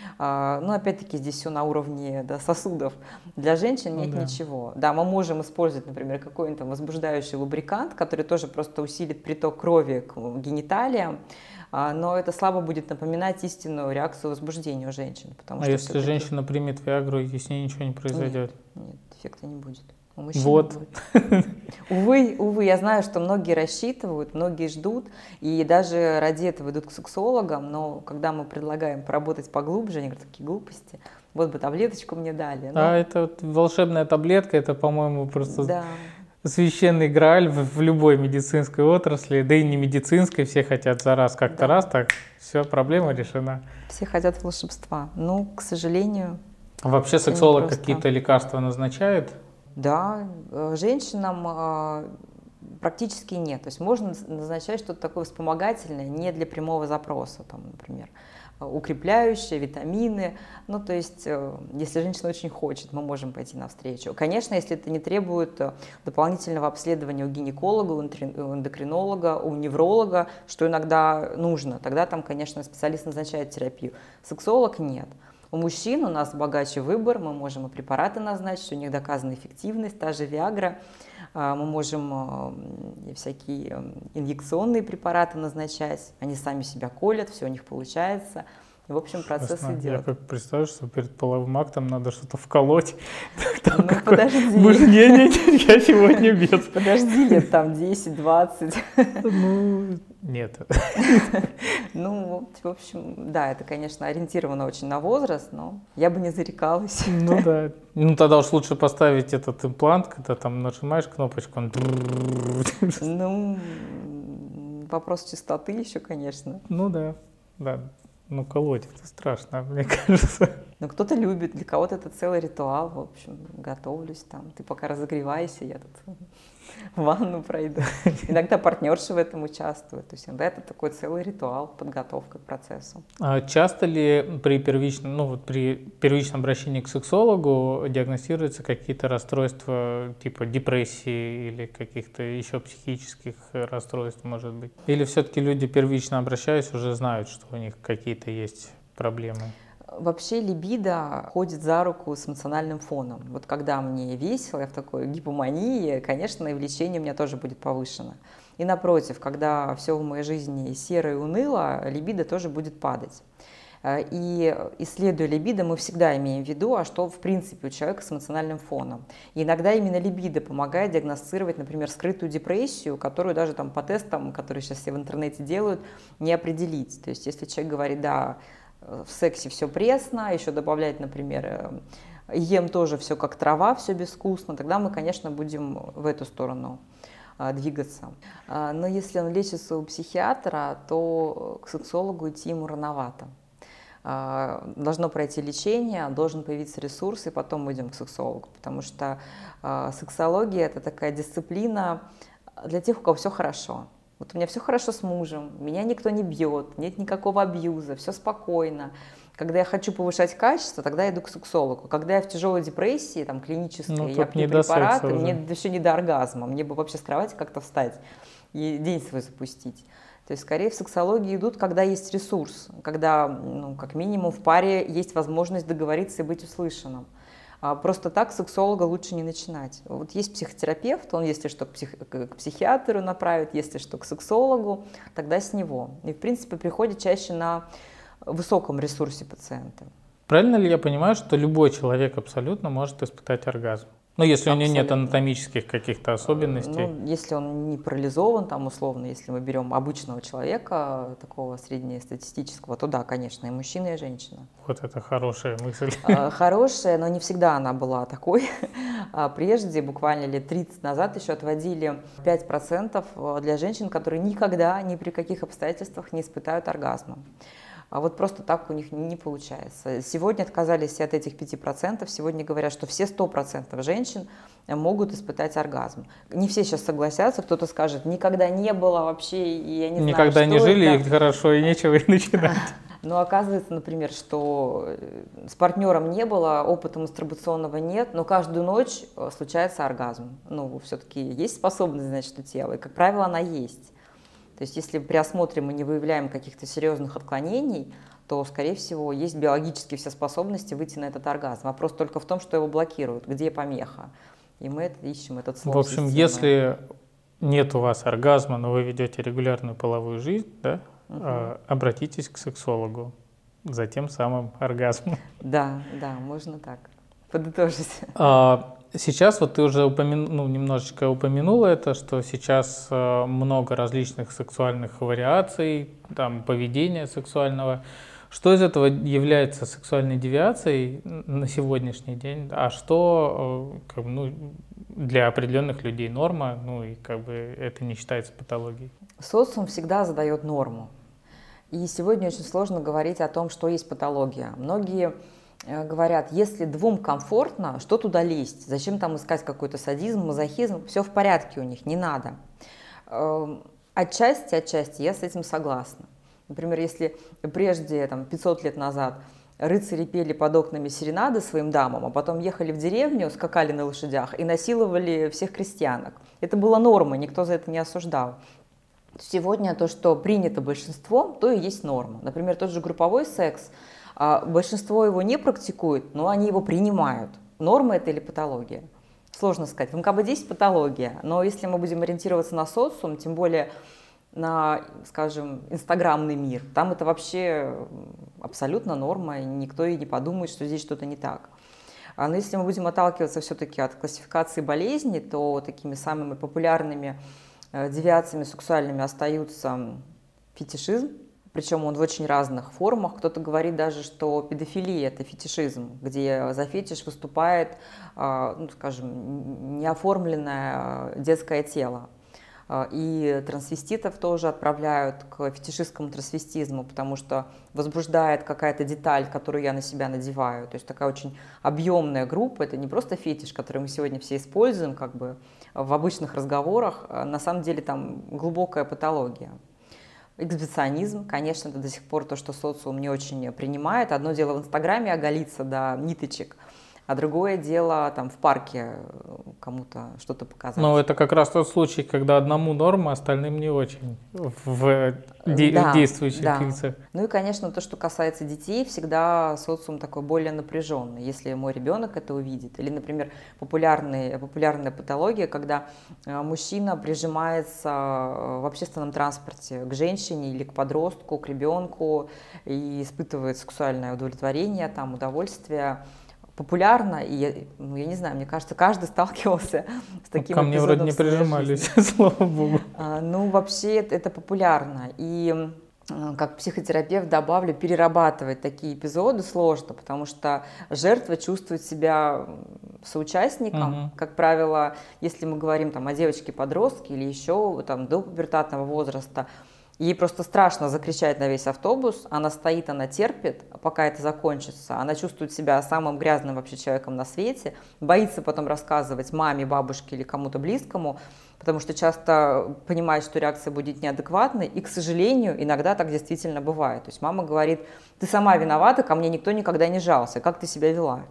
Но опять-таки здесь все на уровне, да, сосудов. Для женщин нет, Ну, да. ничего. Да, мы можем использовать, например, какой-нибудь там возбуждающий лубрикант, который тоже просто усилит приток крови к гениталиям, но это слабо будет напоминать истинную реакцию возбуждения у женщин. Потому А что если все-таки- женщина примет Виагру, и с ней ничего не произойдет? Нет, нет, эффекта не будет. У мужчин Вот. будет. Увы, увы, я знаю, что многие рассчитывают, многие ждут, и даже ради этого идут к сексологам, но когда мы предлагаем поработать поглубже, они говорят, такие глупости, вот бы таблеточку мне дали. А Ну, это вот волшебная таблетка, это, по-моему, просто да. священный грааль в, в любой медицинской отрасли, да и не медицинской, все хотят за раз, как-то Да. раз, так, все, проблема решена. Все хотят волшебства. Ну, к сожалению, А вообще Это сексолог непросто. какие-то лекарства назначает? да, э, женщинам э, практически нет. То есть можно назначать что-то такое вспомогательное, не для прямого запроса, там, например, э, укрепляющие, витамины. Ну, то есть, э, если женщина очень хочет, мы можем пойти навстречу. Конечно, если это не требует э, дополнительного обследования у гинеколога, у энтри- у эндокринолога, у невролога, что иногда нужно, тогда там, конечно, специалист назначает терапию. Сексолог нет. У мужчин у нас богаче выбор, мы можем и препараты назначить, у них доказана эффективность, та же Виагра, мы можем всякие инъекционные препараты назначать, они сами себя колят, все у них получается. В общем, процесс Ясно. идет. Я как представляю, что перед половым актом надо что-то вколоть. Там Ну, какой- подожди. Может, не, не, не, я сегодня без. Подожди, лет там десять-двадцать. Ну, нет. Ну, в общем, да, это, конечно, ориентировано очень на возраст, но я бы не зарекалась. Ну да. Ну тогда уж лучше поставить этот имплант, когда там нажимаешь кнопочку, он... Ну, вопрос чистоты еще, конечно. Ну да, да. Ну колоть это страшно, мне кажется. Но кто-то любит, для кого-то это целый ритуал, в общем, готовлюсь там. Ты пока разогревайся, я тут ванну пройду. Иногда партнерши в этом участвуют. То есть иногда это такой целый ритуал, подготовка к процессу. А часто ли при первичном, ну вот при первичном обращении к сексологу диагностируются какие-то расстройства типа депрессии или каких-то еще психических расстройств, может быть? Или все-таки люди первично обращаясь уже знают, что у них какие-то есть проблемы? Вообще либидо ходит за руку с эмоциональным фоном. Вот когда мне весело, я в такой гипомании, конечно, и влечение у меня тоже будет повышено. И напротив, когда все в моей жизни серо и уныло, либидо тоже будет падать. И исследуя либидо, мы всегда имеем в виду, а что в принципе у человека с эмоциональным фоном. И иногда именно либидо помогает диагностировать, например, скрытую депрессию, которую даже там по тестам, которые сейчас все в интернете делают, не определить. То есть если человек говорит, да, в сексе все пресно, еще добавляет, например, ем тоже все как трава, все безвкусно, тогда мы, конечно, будем в эту сторону двигаться. Но если он лечится у психиатра, то к сексологу идти ему рановато. Должно пройти лечение, должен появиться ресурс, и потом мы идем к сексологу, потому что сексология – это такая дисциплина для тех, у кого все хорошо. Вот у меня все хорошо с мужем, меня никто не бьет, нет никакого абьюза, все спокойно. Когда я хочу повышать качество, тогда я иду к сексологу. Когда я в тяжелой депрессии, там, клинической, ну, я пью препараты, мне вообще не до оргазма, мне бы вообще с кровати как-то встать и день свой запустить. То есть, скорее, в сексологии идут, когда есть ресурс, когда, ну, как минимум, в паре есть возможность договориться и быть услышанным. Просто так сексолога лучше не начинать. Вот есть психотерапевт, он, если что, к, псих... к психиатру направит, если что, к сексологу, тогда с него. И, в принципе, приходит чаще на высоком ресурсе пациента. Правильно ли я понимаю, что любой человек абсолютно может испытать оргазм? Ну, если абсолютно. У него нет анатомических каких-то особенностей. Ну, если он не парализован, там, условно, если мы берем обычного человека, такого среднестатистического, то да, конечно, и мужчина, и женщина. Вот это хорошая мысль. Хорошая, но не всегда она была такой. Прежде, буквально лет тридцать назад, еще отводили пять процентов для женщин, которые никогда, ни при каких обстоятельствах не испытают оргазма. А вот просто так у них не получается. Сегодня отказались от этих пяти процентов. Сегодня говорят, что все сто процентов женщин могут испытать оргазм. Не все сейчас согласятся. Кто-то скажет, никогда не было вообще, и я не знаю, никогда не жили, это. И хорошо, и нечего и начинать. Но оказывается, например, что с партнером не было, опыта мастурбационного нет, но каждую ночь случается оргазм. Ну, все-таки есть способность, значит, у тела, и, как правило, она есть. То есть если при осмотре мы не выявляем каких-то серьезных отклонений, то, скорее всего, есть биологические все способности выйти на этот оргазм. Вопрос только в том, что его блокируют, где помеха. И мы это ищем, этот слом. В общем, системы. Если нет у вас оргазма, но вы ведете регулярную половую жизнь, да, угу. обратитесь к сексологу за тем самым оргазмом. Да, да, можно так подытожить. А, сейчас вот ты уже упомяну, ну, немножечко упомянула это, что сейчас э, много различных сексуальных вариаций, там, поведения сексуального. Что из этого является сексуальной девиацией на сегодняшний день, а что э, как бы, ну, для определенных людей норма, ну и как бы это не считается патологией? Социум всегда задает норму. И сегодня очень сложно говорить о том, что есть патология. Многие говорят, если двум комфортно, что туда лезть? Зачем там искать какой-то садизм, мазохизм? Все в порядке у них, не надо. Отчасти, отчасти я с этим согласна. Например, если прежде, там, пятьсот лет назад, рыцари пели под окнами серенады своим дамам, а потом ехали в деревню, скакали на лошадях и насиловали всех крестьянок. Это была норма, никто за это не осуждал. Сегодня то, что принято большинством, то и есть норма. Например, тот же групповой секс. Большинство его не практикует, но они его принимают. Норма это или патология? Сложно сказать. В эм ка бэ десять патология, но если мы будем ориентироваться на социум, тем более на, скажем, инстаграмный мир. Там это вообще абсолютно норма, и никто и не подумает, что здесь что-то не так. Но если мы будем отталкиваться все-таки от классификации болезней, то такими самыми популярными девиациями сексуальными остаются фетишизм, причем он в очень разных формах. Кто-то говорит даже, что педофилия – это фетишизм, где за фетиш выступает, ну, скажем, неоформленное детское тело. И трансвеститов тоже отправляют к фетишистскому трансвестизму, потому что возбуждает какая-то деталь, которую я на себя надеваю. То есть такая очень объемная группа. Это не просто фетиш, который мы сегодня все используем как бы в обычных разговорах. На самом деле там глубокая патология. Эксгибиционизм, конечно, это до сих пор то, что социум не очень принимает. Одно дело в Инстаграме оголиться до ниточек, а другое дело там в парке кому-то что-то показать. Но это как раз тот случай, когда одному норма, остальным не очень в, де- да, в действующих да. лицах. Ну и, конечно, то, что касается детей, всегда социум такой более напряженный, если мой ребенок это увидит. Или, например, популярные, популярная патология, когда мужчина прижимается в общественном транспорте к женщине или к подростку, к ребенку и испытывает сексуальное удовлетворение, там, удовольствие. Популярно, и я, ну, я не знаю, мне кажется, каждый сталкивался с таким Ко мне вроде не прижимались, слава богу. А, ну, вообще это, это популярно, и как психотерапевт добавлю, перерабатывать такие эпизоды сложно, потому что жертва чувствует себя соучастником. Угу. Как правило, если мы говорим там, о девочке-подростке или еще там, до пубертатного возраста, ей просто страшно закричать на весь автобус, она стоит, она терпит, пока это закончится, она чувствует себя самым грязным вообще человеком на свете, боится потом рассказывать маме, бабушке или кому-то близкому, потому что часто понимает, что реакция будет неадекватной, и, к сожалению, иногда так действительно бывает. То есть мама говорит, ты сама виновата, ко мне никто никогда не жался, как ты себя вела?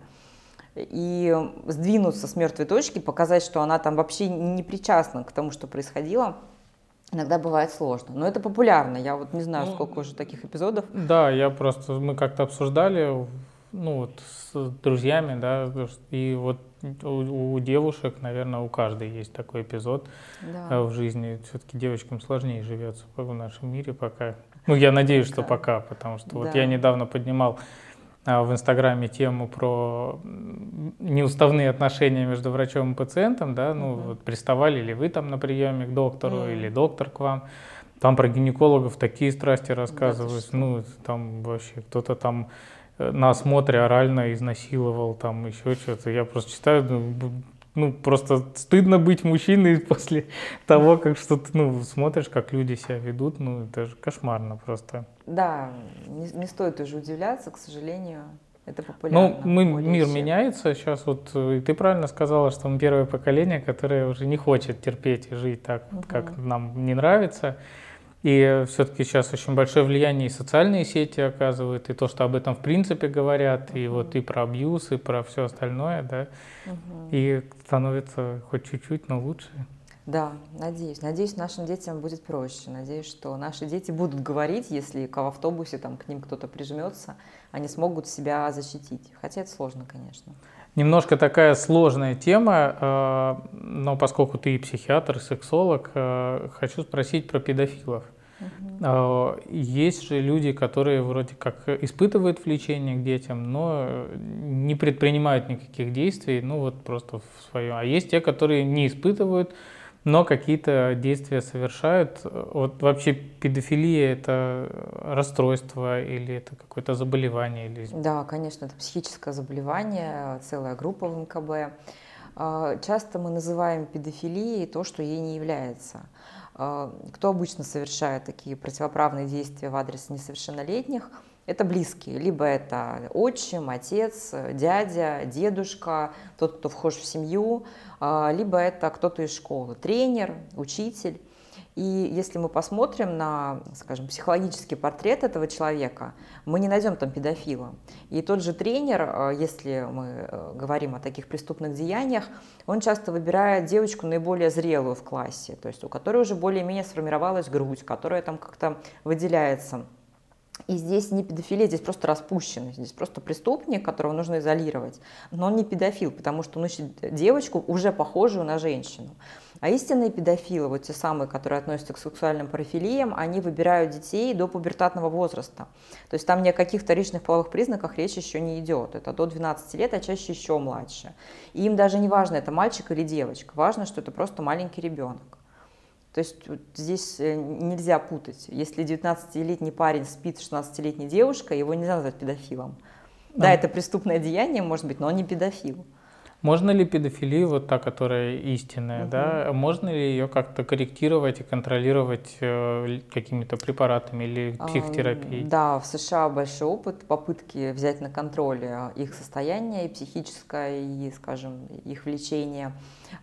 И сдвинуться с мертвой точки, показать, что она там вообще не причастна к тому, что происходило, иногда бывает сложно, но это популярно. Я вот не знаю, сколько уже таких эпизодов. Да, я просто, мы как-то обсуждали, ну вот с друзьями, да, и вот у, у девушек, наверное, у каждой есть такой эпизод да. в жизни. Все-таки девочкам сложнее живется в нашем мире пока. Ну, я надеюсь, что пока, потому что да. вот я недавно поднимал в Инстаграме тему про неуставные отношения между врачом и пациентом, да, ну uh-huh. вот приставали ли вы там на приеме к доктору uh-huh. или доктор к вам, там про гинекологов такие страсти рассказывают, да, ну там вообще кто-то там на осмотре орально изнасиловал, там еще что-то, я просто читаю, ну, ну просто стыдно быть мужчиной после того, как что-то, ну смотришь, как люди себя ведут, ну это же кошмарно просто. Да, не, не стоит уже удивляться, к сожалению, это популярно. Ну, мы, мир всех. меняется сейчас, вот и ты правильно сказала, что мы первое поколение, которое уже не хочет терпеть и жить так, угу. как нам не нравится. И все-таки сейчас очень большое влияние и социальные сети оказывают, и то, что об этом в принципе говорят, угу. и вот и про абьюз, и про все остальное, да, угу. и становится хоть чуть-чуть, но лучше. Да, надеюсь. Надеюсь, нашим детям будет проще. Надеюсь, что наши дети будут говорить, если в автобусе там, к ним кто-то прижмется, они смогут себя защитить. Хотя это сложно, конечно. Немножко такая сложная тема, но поскольку ты и психиатр, и сексолог, хочу спросить про педофилов. Угу. Есть же люди, которые вроде как испытывают влечение к детям, но не предпринимают никаких действий, ну вот просто в своем. А есть те, которые не испытывают, но какие-то действия совершают. Вот вообще педофилия – это расстройство или это какое-то заболевание? Или... Да, конечно, это психическое заболевание, целая группа в эм ка бэ. Часто мы называем педофилией то, что ей не является. Кто обычно совершает такие противоправные действия в адрес несовершеннолетних? Это близкие, либо это отчим, отец, дядя, дедушка, тот, кто вхож в семью, либо это кто-то из школы, тренер, учитель. И если мы посмотрим на, скажем, психологический портрет этого человека, мы не найдем там педофила. И тот же тренер, если мы говорим о таких преступных деяниях, он часто выбирает девочку наиболее зрелую в классе, то есть у которой уже более-менее сформировалась грудь, которая там как-то выделяется И здесь не педофилия, здесь просто распущенность, здесь просто преступник, которого нужно изолировать. Но он не педофил, потому что он ищет девочку, уже похожую на женщину. А истинные педофилы, вот те самые, которые относятся к сексуальным парафилиям, они выбирают детей до пубертатного возраста. То есть там ни о каких вторичных половых признаках речь еще не идет. Это до двенадцати лет, а чаще еще младше. И им даже не важно, это мальчик или девочка. Важно, что это просто маленький ребенок. То есть вот здесь нельзя путать. Если девятнадцатилетний парень спит с шестнадцатилетней девушкой, его нельзя назвать педофилом. Да, да, это преступное деяние, может быть, но он не педофил. Можно ли педофилию, вот та, которая истинная, угу. да, можно ли ее как-то корректировать и контролировать э, какими-то препаратами или психотерапией? Да, в США большой опыт попытки взять на контроль их состояние и психическое, и, скажем, их влечение.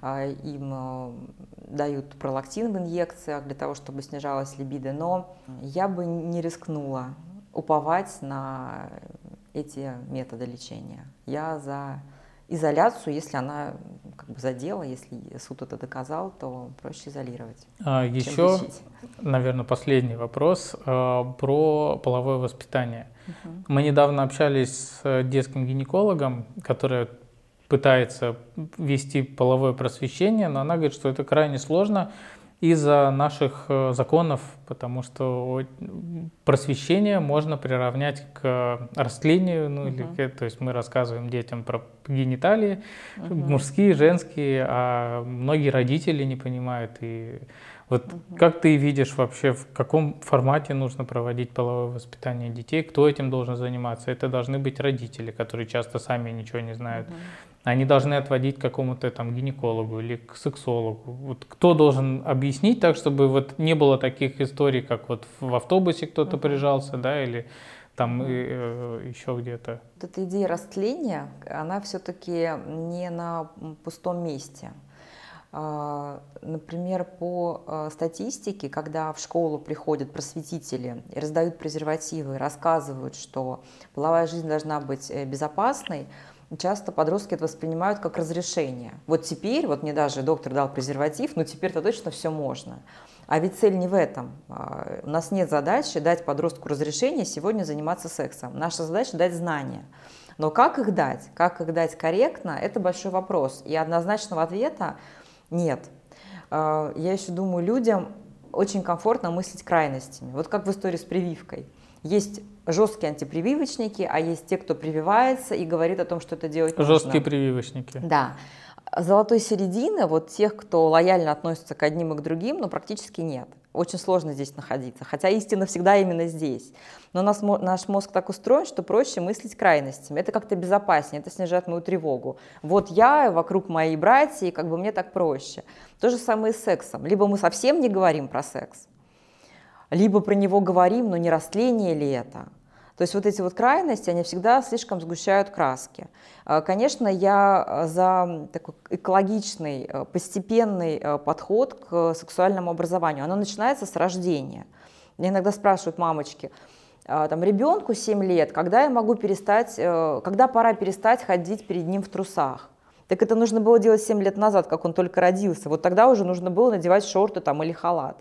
Им дают пролактин в инъекциях для того, чтобы снижалась либидо, но я бы не рискнула уповать на эти методы лечения. Я за изоляцию, если она как бы задела, если суд это доказал, то проще изолировать. А, еще, наверное, последний вопрос а, про половое воспитание. Угу. Мы недавно общались с детским гинекологом, который пытается вести половое просвещение, но она говорит, что это крайне сложно из-за наших законов, потому что просвещение можно приравнять к растлению, ну, uh-huh. или, то есть мы рассказываем детям про гениталии, uh-huh. мужские, женские, а многие родители не понимают. И вот uh-huh. как ты видишь вообще, в каком формате нужно проводить половое воспитание детей, кто этим должен заниматься? Это должны быть родители, которые часто сами ничего не знают. Uh-huh. Они должны отводить к какому-то там гинекологу или к сексологу. Вот кто должен объяснить так, чтобы вот не было таких историй, как вот в автобусе кто-то uh-huh. прижался, да, или там uh-huh. э, еще где-то. Вот эта идея растления, она все-таки не на пустом месте. Например, по статистике, когда в школу приходят просветители и раздают презервативы, и рассказывают, что половая жизнь должна быть безопасной, часто подростки это воспринимают как разрешение. Вот теперь, вот мне даже доктор дал презерватив, но теперь-то точно все можно. А ведь цель не в этом. У нас нет задачи дать подростку разрешение сегодня заниматься сексом. Наша задача дать знания. Но как их дать? Как их дать корректно? Это большой вопрос. И однозначного ответа нет. Я еще думаю, людям очень комфортно мыслить крайностями. Вот как в истории с прививкой. Есть жесткие антипрививочники, а есть те, кто прививается и говорит о том, что это делать нужно. Жесткие прививочники. Да. Золотой середины, вот тех, кто лояльно относится к одним и к другим, ну, практически нет. Очень сложно здесь находиться, хотя истина всегда именно здесь. Но нас, наш мозг так устроен, что проще мыслить крайностями. Это как-то безопаснее, это снижает мою тревогу. Вот я, вокруг мои братья, и как бы мне так проще. То же самое и с сексом. Либо мы совсем не говорим про секс, либо про него говорим, но не растление ли это. То есть вот эти вот крайности, они всегда слишком сгущают краски. Конечно, я за такой экологичный, постепенный подход к сексуальному образованию. Оно начинается с рождения. Меня иногда спрашивают мамочки, там, ребенку семь лет, когда я могу перестать, когда пора перестать ходить перед ним в трусах? Так это нужно было делать семь лет назад, как он только родился. Вот тогда уже нужно было надевать шорты там, или халат.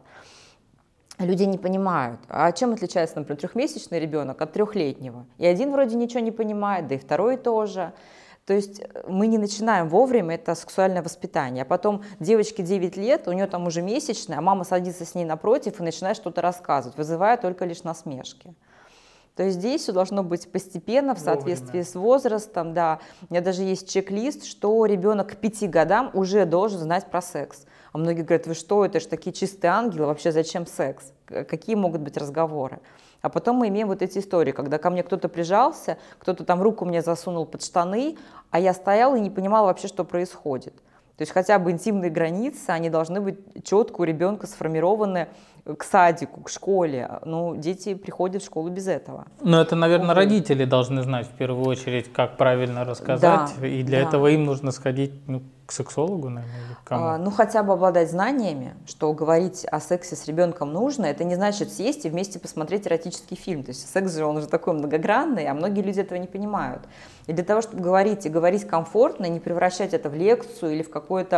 Люди не понимают, а чем отличается, например, трехмесячный ребенок от трехлетнего? И один вроде ничего не понимает, да и второй тоже. То есть мы не начинаем вовремя это сексуальное воспитание. А потом девочке девять лет, у нее там уже месячная, а мама садится с ней напротив и начинает что-то рассказывать, вызывая только лишь насмешки. То есть здесь все должно быть постепенно, в соответствии Вовремя. С возрастом. Да. У меня даже есть чек-лист, что ребенок к пяти годам уже должен знать про секс. А многие говорят, вы что, это же такие чистые ангелы, вообще зачем секс? Какие могут быть разговоры? А потом мы имеем вот эти истории, когда ко мне кто-то прижался, кто-то там руку мне засунул под штаны, а я стояла и не понимала вообще, что происходит. То есть хотя бы интимные границы, они должны быть четко у ребенка сформированы к садику, к школе. Ну, дети приходят в школу без этого. Но это, наверное, Увы. родители должны знать в первую очередь, как правильно рассказать. Да, и для да. этого им нужно сходить ну, к сексологу, наверное, или к кому? А, ну, хотя бы обладать знаниями, что говорить о сексе с ребенком нужно. Это не значит сесть и вместе посмотреть эротический фильм. То есть секс же, он уже такой многогранный, а многие люди этого не понимают. И для того, чтобы говорить и говорить комфортно, не превращать это в лекцию или в какое-то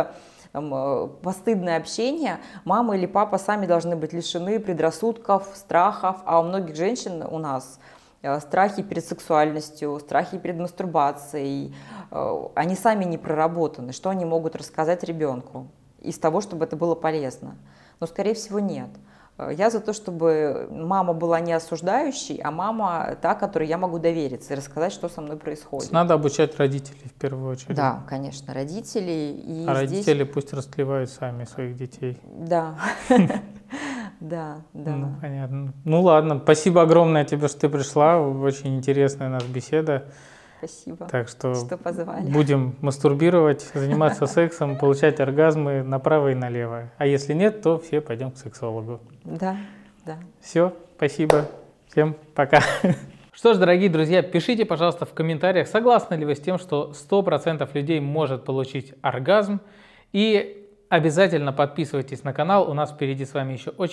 там, постыдное общение, мама или папа сами должны быть лишены предрассудков, страхов, а у многих женщин у нас страхи перед сексуальностью, страхи перед мастурбацией, они сами не проработаны, что они могут рассказать ребенку из того, чтобы это было полезно. Но, скорее всего, нет. Я за то, чтобы мама была не осуждающей, а мама та, которой я могу довериться и рассказать, что со мной происходит. Надо обучать родителей в первую очередь. Да, конечно, родителей. И а здесь... родители пусть расклевают сами своих детей. Да, да, да. Ну, понятно. Ну ладно, спасибо огромное тебе, что ты пришла. Очень интересная наша беседа. Спасибо, так что, что позвали. Будем мастурбировать, заниматься сексом, получать оргазмы направо и налево. А если нет, то все пойдем к сексологу. Да, да. Все, спасибо. Всем пока. Что ж, дорогие друзья, пишите, пожалуйста, в комментариях, согласны ли вы с тем, что сто процентов людей может получить оргазм. И обязательно подписывайтесь на канал. У нас впереди с вами еще очень